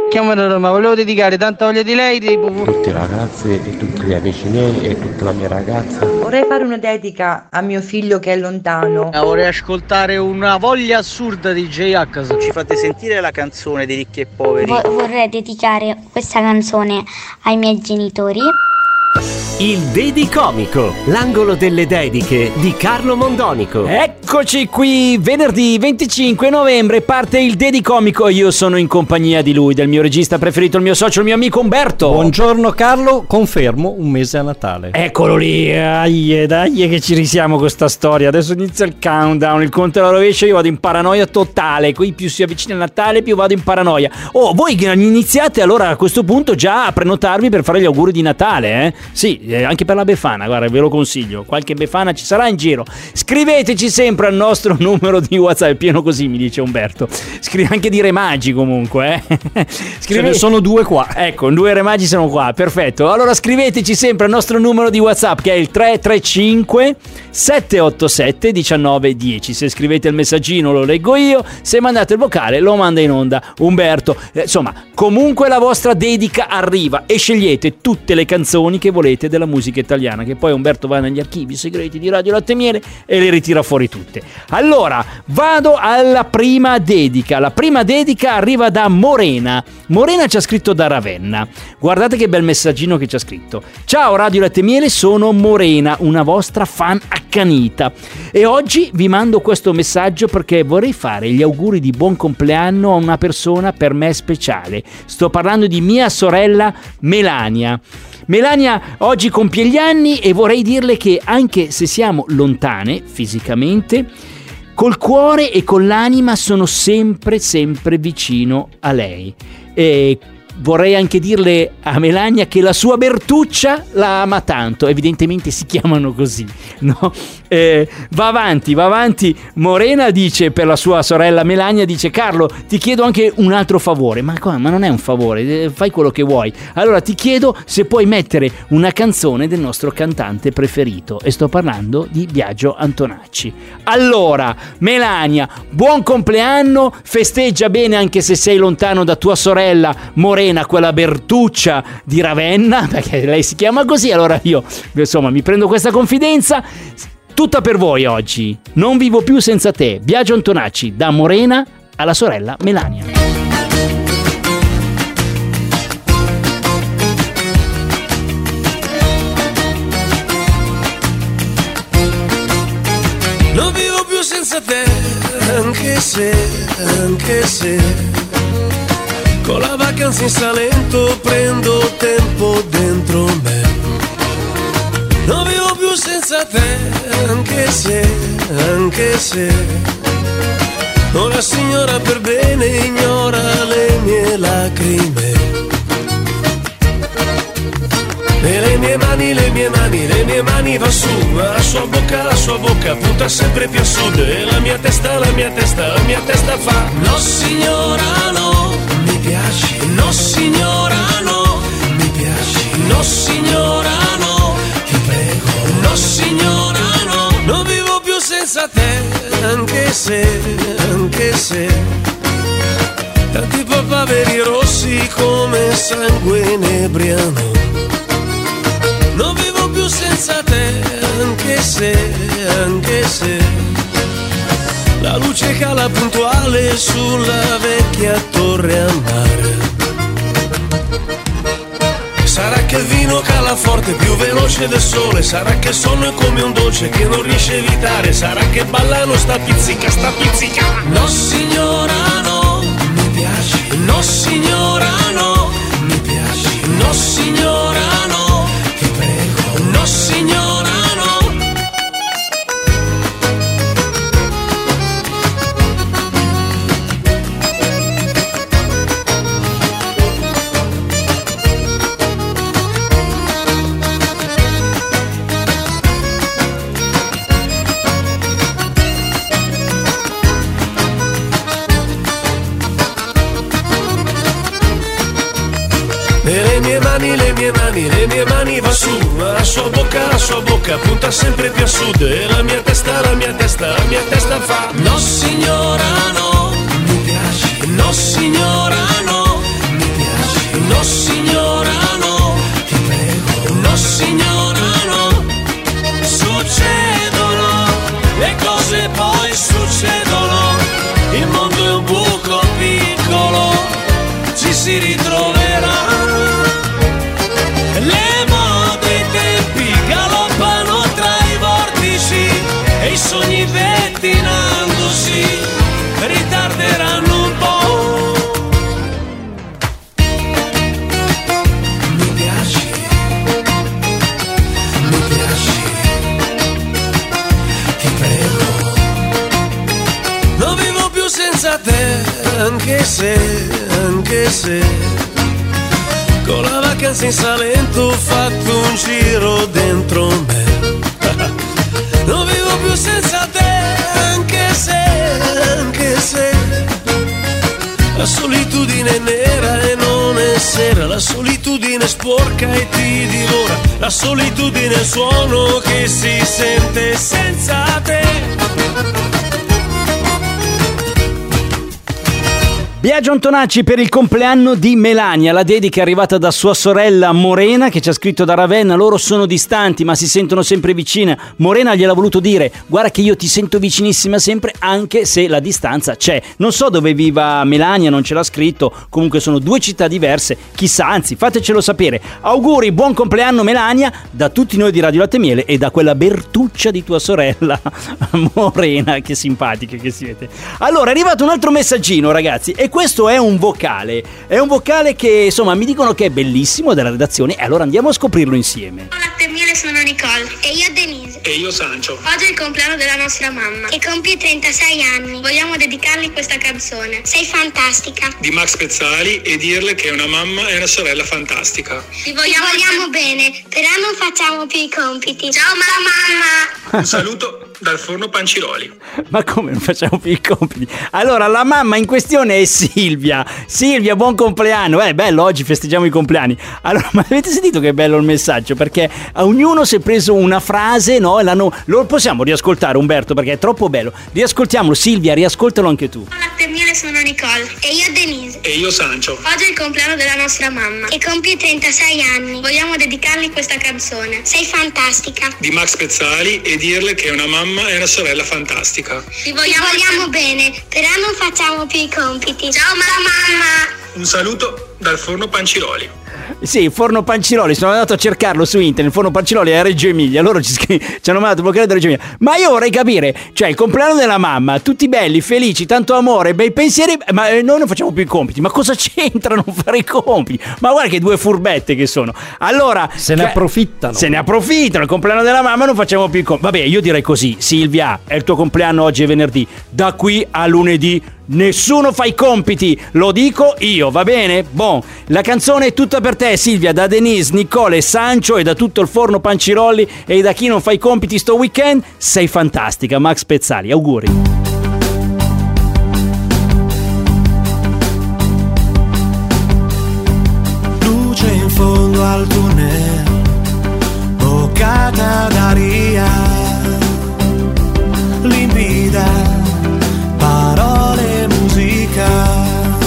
chiamata Roma, volevo dedicare tanta voglia di lei tutte le ragazze e tutti gli amici miei e tutta la mia ragazza. Vorrei fare una dedica a mio figlio che è lontano. Vorrei ascoltare una voglia assurda di J-H. Ci fate sentire la canzone di Ricchi e Poveri? Vorrei dedicare questa canzone ai miei genitori. Il Dedicomico, l'angolo delle dediche di Carlo Mondonico. Eccoci qui, venerdì 25 novembre parte il Dedicomico. Io sono in compagnia di lui, del mio regista preferito, il mio socio, il mio amico Umberto. Buongiorno Carlo, confermo un mese a Natale. Eccolo lì, dai che ci risiamo con sta storia. Adesso inizia il countdown, il conto alla rovescia, io vado in paranoia totale. Qui più si avvicina il Natale più vado in paranoia. Oh, voi iniziate allora a questo punto già a prenotarvi per fare gli auguri di Natale, eh? Sì, anche per la Befana, guarda, ve lo consiglio. Qualche Befana ci sarà in giro. Scriveteci sempre al nostro numero di WhatsApp. È pieno così, mi dice Umberto. Scrive anche di Re Magi comunque, Ce ne sono due qua. Ecco, 2 Re Magi sono qua, perfetto. Allora scriveteci sempre al nostro numero di WhatsApp, che è il 335 787 1910. Se scrivete il messaggino lo leggo io, se mandate il vocale lo manda in onda Umberto. Insomma, comunque la vostra dedica arriva e scegliete tutte le canzoni che volete della musica italiana, che poi Umberto va negli archivi segreti di Radio Latte e Miele e le ritira fuori tutte. Allora, vado alla prima dedica. La prima dedica arriva da Morena. Morena ci ha scritto da Ravenna. Guardate che bel messaggino che ci ha scritto. Ciao Radio Latte e Miele, sono Morena, una vostra fan accanita. E oggi vi mando questo messaggio perché vorrei fare gli auguri di buon compleanno a una persona per me speciale. Sto parlando di mia sorella Melania. Melania oggi compie gli anni e vorrei dirle che anche se siamo lontane fisicamente, col cuore e con l'anima sono sempre vicino a lei. E vorrei anche dirle a Melania che la sua Bertuccia la ama tanto, evidentemente si chiamano così, no? Va avanti, Morena dice per la sua sorella Melania, dice: Carlo, ti chiedo anche un altro favore. Ma non è un favore, fai quello che vuoi. Allora ti chiedo se puoi mettere una canzone del nostro cantante preferito, e sto parlando di Biagio Antonacci. Allora Melania, buon compleanno, festeggia bene anche se sei lontano da tua sorella Morena, quella Bertuccia di Ravenna, perché lei si chiama così. Allora io insomma mi prendo questa confidenza. Tutta per voi oggi. Non vivo più senza te. Biagio Antonacci, da Morena alla sorella Melania. Non vivo più senza te, anche se con la vacanza in Salento prendo tempo dentro me. Non vivo più senza te, anche se una signora per bene ignora le mie lacrime. E le mie mani va su, la sua bocca punta sempre più a sud. E la mia testa fa: no signora no, mi piaci. No signora no, mi piaci. No signora no, ti prego. No signora no, non vivo più senza te, anche se tanti papaveri rossi come sangue inebriano. Non vivo più senza te, anche se la luce cala puntuale sulla vecchia torre a mare. Sarà che il vino cala forte, più veloce del sole. Sarà che il sonno è come un dolce che non riesce a evitare. Sarà che ballano sta pizzica. No signora no, mi piaci. No signora no, mi piaci. No signora no, ti prego. No signora no. Le mie mani va su, la sua bocca punta sempre più a sud. E la mia testa fa: no signora no, mi piaci. No signora no, mi piaci. anche se con la vacanza in Salento ho fatto un giro dentro me. Non vivo più senza te, anche se la solitudine è nera e non è sera, la solitudine sporca e ti divora, la solitudine è il suono che si sente senza te. Biagio Antonacci per il compleanno di Melania, la dedica è arrivata da sua sorella Morena che ci ha scritto da Ravenna. Loro sono distanti ma si sentono sempre vicine. Morena gliel'ha voluto dire: guarda che io ti sento vicinissima sempre anche se la distanza c'è. Non so dove viva Melania, non ce l'ha scritto, comunque sono due città diverse, chissà, anzi fatecelo sapere. Auguri, buon compleanno Melania da tutti noi di Radio Latte e Miele e da quella Bertuccia di tua sorella Morena, che simpatica che siete. Allora è arrivato un altro messaggino, ragazzi, e questo è un vocale che insomma mi dicono che è bellissimo, della redazione, e allora andiamo a scoprirlo insieme. Ciao Latte e Miele, sono Nicole e io Denise e io Sancio. Oggi è il compleanno della nostra mamma che compie 36 anni. Vogliamo dedicarle questa canzone, Sei fantastica, di Max Pezzali, e dirle che è una mamma e una sorella fantastica. Ti vogliamo bene, però non facciamo più i compiti. Ciao mamma. Un saluto dal forno Panciroli. Ma come non facciamo più i compiti? Allora la mamma in questione è Silvia, buon compleanno. Bello, oggi festeggiamo i compleanni. Allora, ma avete sentito che bello il messaggio? Perché a ognuno si è preso una frase, no? Lo possiamo riascoltare, Umberto, perché è troppo bello. Riascoltiamolo, Silvia, riascoltalo anche tu. Ciao Latte e Miele, sono Nicole e io Denise e io Sancio. Oggi è il compleanno della nostra mamma che compie 36 anni. Vogliamo dedicarle questa canzone, Sei fantastica, di Max Pezzali, e dirle che è una mamma e una sorella fantastica. Ti vogliamo bene, però non facciamo più i compiti. Ciao mamma. Un saluto dal forno Panciroli. Sì, forno Panciroli, sono andato a cercarlo su internet, il forno Panciroli è a Reggio Emilia, loro ci hanno mandato bloccare da Reggio Emilia. Ma io vorrei capire, cioè il compleanno della mamma, tutti belli, felici, tanto amore, bei pensieri, ma noi non facciamo più i compiti. Ma cosa c'entra non fare i compiti? Ma guarda che due furbette che sono. Allora se ne approfittano, il compleanno della mamma non facciamo più i compiti. Vabbè, io direi così: Silvia, è il tuo compleanno, oggi è venerdì, da qui a lunedì nessuno fa i compiti, lo dico io, va bene? Bon, la canzone è tutta per te Silvia, da Denise, Nicole, Sancio e da tutto il forno Panciroli e da chi non fa i compiti sto weekend. Sei fantastica, Max Pezzali, auguri. Luce in fondo al tunnel, boccata d'aria, limpida, parole, musica.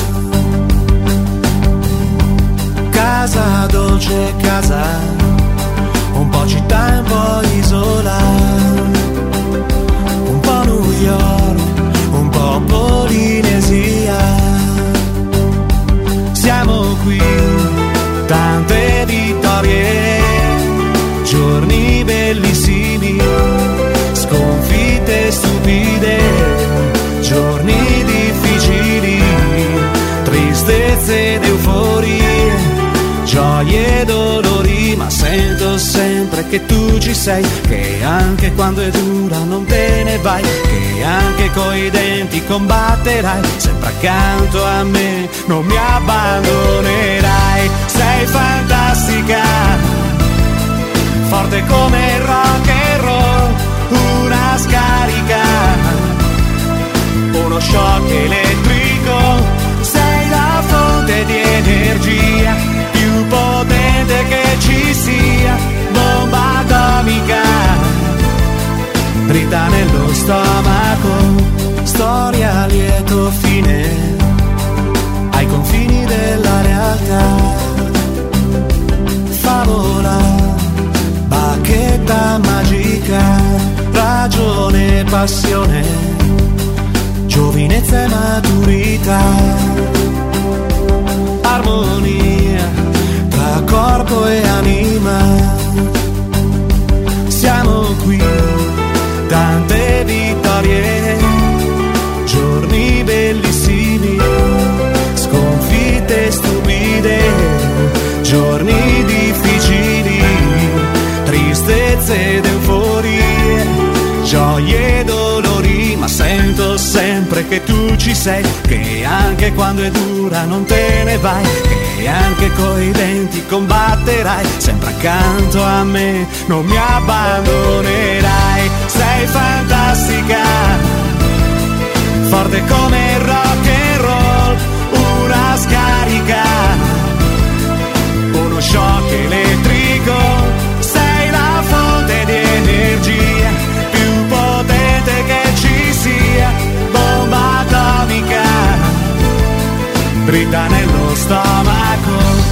Casa dolce, casa, un po' città e un po' isola, un po' New York, un po' Polinesia. Siamo qui, tante vittorie, giorni bellissimi, sconfitte stupide, giorni difficili, tristezze ed euforie, gioie e dolori, ma sento sempre che tu ci sei, che anche quando è dura non te ne vai, che anche coi denti combatterai, sempre accanto a me, non mi abbandonerai. Sei fantastica, forte come il rock and roll, una scarica, uno shock elettrico, sei la fonte di energia più potente che ci sia, bomba atomica, dritta nello stomaco, storia a lieto fine, ai confini della realtà, favola, bacchetta magica, ragione, passione, giovinezza e maturità, armonia tra corpo e anima. Siamo qui, tante vittorie, giorni bellissimi, sconfitte stupide, giorni difficili, tristezze ed euforie, gioie e dolori, ma sento sempre che tu ci sei, che anche quando è dura non te ne vai, che anche coi denti combatterai, sempre accanto a me non mi abbandonerai. Sei fantastica, forte come il rock and roll, una scarica, uno shock elettrico, sei la fonte di energia più potente che ci sia, bomba atomica, dritta nello stomaco.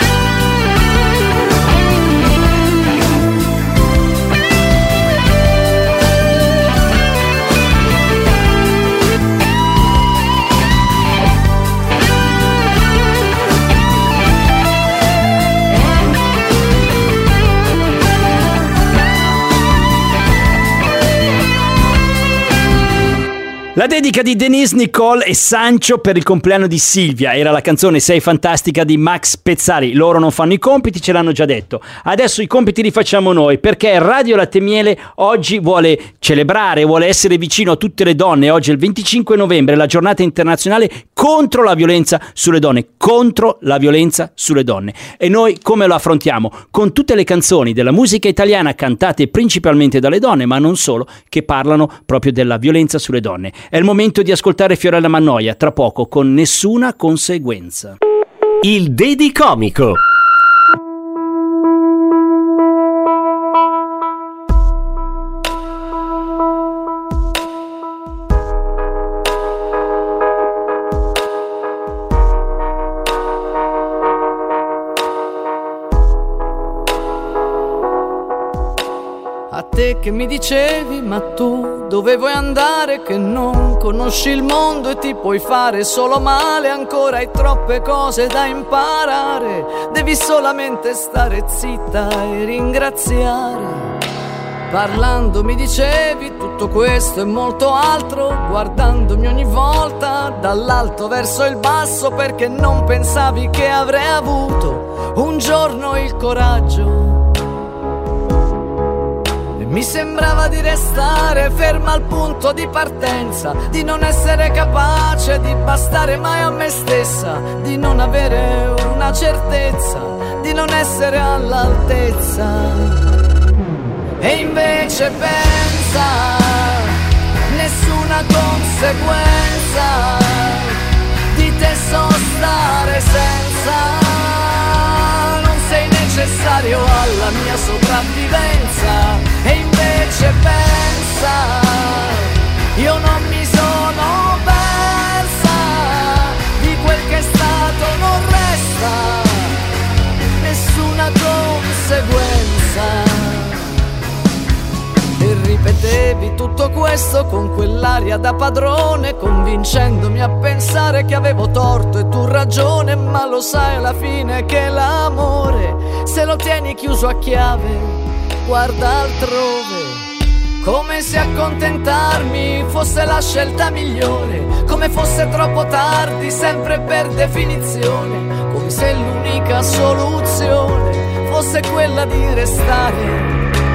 La dedica di Denise, Nicole e Sancho per il compleanno di Silvia. Era la canzone Sei fantastica di Max Pezzali. Loro non fanno i compiti, ce l'hanno già detto. Adesso i compiti li facciamo noi, perché Radio Latte Miele oggi vuole celebrare, vuole essere vicino a tutte le donne. Oggi è il 25 novembre, la giornata internazionale contro la violenza sulle donne. Contro la violenza sulle donne. E noi come lo affrontiamo? Con tutte le canzoni della musica italiana cantate principalmente dalle donne, ma non solo, che parlano proprio della violenza sulle donne. È il momento di ascoltare Fiorella Mannoia, tra poco con Nessuna conseguenza. Il Dedicomico. A te che mi dicevi, ma tu dove vuoi andare, che non conosci il mondo e ti puoi fare solo male, ancora hai troppe cose da imparare, devi solamente stare zitta e ringraziare. Parlando mi dicevi tutto questo e molto altro, guardandomi ogni volta dall'alto verso il basso, perché non pensavi che avrei avuto un giorno il coraggio. Mi sembrava di restare ferma al punto di partenza, di non essere capace di bastare mai a me stessa, di non avere una certezza, di non essere all'altezza. E invece pensa, nessuna conseguenza, di te so stare senza. Sei necessario alla mia sopravvivenza. E invece pensa, io non mi sono persa, di quel che è stato non resta nessuna conseguenza. E ripetevi tutto questo con quell'aria da padrone, convincendomi a pensare che avevo torto e tu ragione. Ma lo sai alla fine che l'amore, se lo tieni chiuso a chiave, guarda altrove. Come se accontentarmi fosse la scelta migliore, come fosse troppo tardi sempre per definizione, come se l'unica soluzione fosse quella di restare.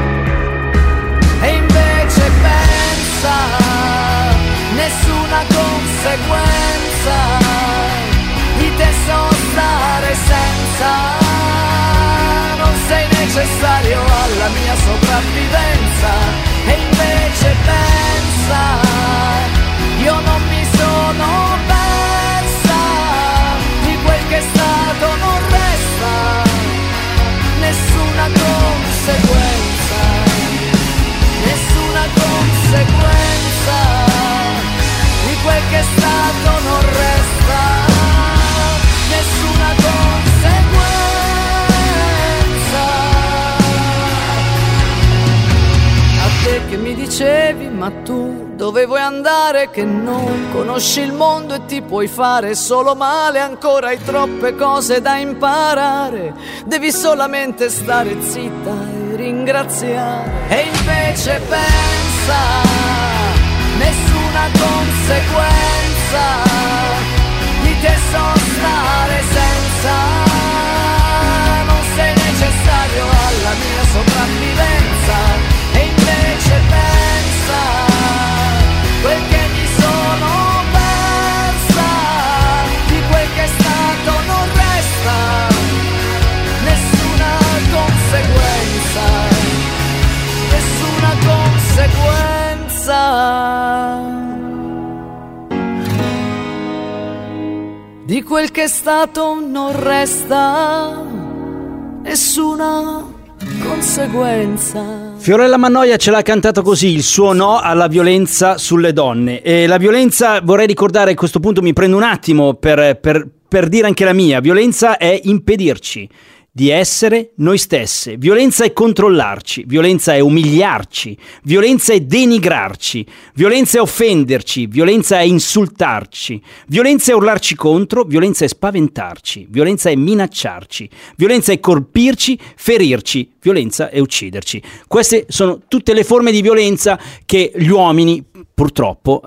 E invece pensa, nessuna conseguenza, di te so stare senza. Non sei necessario alla mia sopravvivenza. E invece pensa, io non mi sono persa, di quel che è stato non resta nessuna conseguenza. Nessuna conseguenza, di quel che è stato non resta nessuna conseguenza. A te che mi dicevi, ma tu dove vuoi andare, che non conosci il mondo e ti puoi fare solo male, ancora hai troppe cose da imparare, devi solamente stare zitta e ringraziare. E invece pensa, nessuna conseguenza, di te so stare senza. Non sei necessario alla mia sopravvivenza. E invece pensa, quel che mi sono persa, di quel che è stato non resta nessuna conseguenza. Fiorella Mannoia ce l'ha cantato così, il suo no alla violenza sulle donne. E la violenza, vorrei ricordare a questo punto, mi prendo un attimo per dire anche la mia, violenza è impedirci di essere noi stesse, violenza è controllarci, violenza è umiliarci, violenza è denigrarci, violenza è offenderci, violenza è insultarci, violenza è urlarci contro, violenza è spaventarci, violenza è minacciarci, violenza è colpirci, ferirci, violenza è ucciderci. Queste sono tutte le forme di violenza che gli uomini purtroppo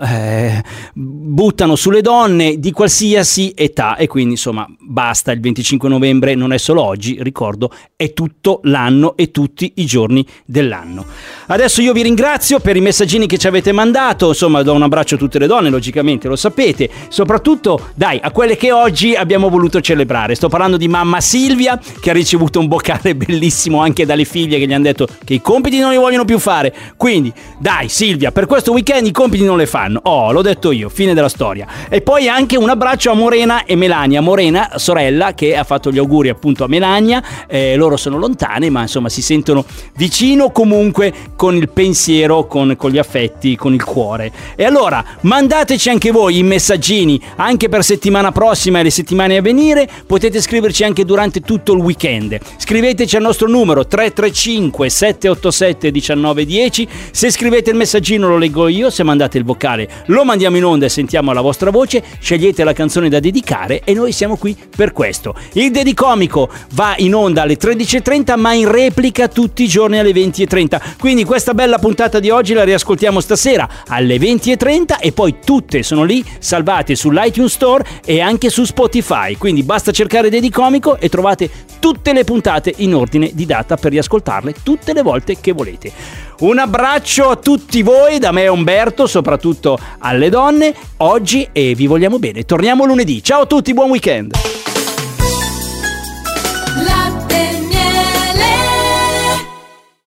buttano sulle donne di qualsiasi età, e quindi insomma basta, il 25 novembre non è solo oggi, ricordo, è tutto l'anno e tutti i giorni dell'anno. Adesso io vi ringrazio per i messaggini che ci avete mandato, insomma do un abbraccio a tutte le donne, logicamente lo sapete, soprattutto dai a quelle che oggi abbiamo voluto celebrare. Sto parlando di mamma Silvia, che ha ricevuto un boccale bellissimo anche dalle figlie che gli hanno detto che i compiti non li vogliono più fare, quindi dai Silvia, per questo weekend i compiti non le fanno. Oh, l'ho detto io, fine della storia. E poi anche un abbraccio a Morena e Melania. Morena, sorella, che ha fatto gli auguri appunto a Melania. Loro sono lontane, ma insomma si sentono vicino comunque con il pensiero, con gli affetti, con il cuore. E allora mandateci anche voi i messaggini anche per settimana prossima e le settimane a venire. Potete scriverci anche durante tutto il weekend. Scriveteci al nostro numero 335 787 1910. Se scrivete il messaggino lo leggo io, se mandate il vocale lo mandiamo in onda e sentiamo la vostra voce. Scegliete la canzone da dedicare e noi siamo qui per questo. Il Dedicomico va in onda alle 13.30, ma in replica tutti i giorni alle 20.30, quindi questa bella puntata di oggi la riascoltiamo stasera alle 20.30 e poi tutte sono lì salvate sull'iTunes Store e anche su Spotify, quindi basta cercare Dedicomico e trovate tutte le puntate in ordine di data per riascoltarle tutte le volte che volete. Un abbraccio a tutti voi da me e Umberto, soprattutto alle donne oggi, e vi vogliamo bene. Torniamo lunedì. Ciao a tutti, buon weekend.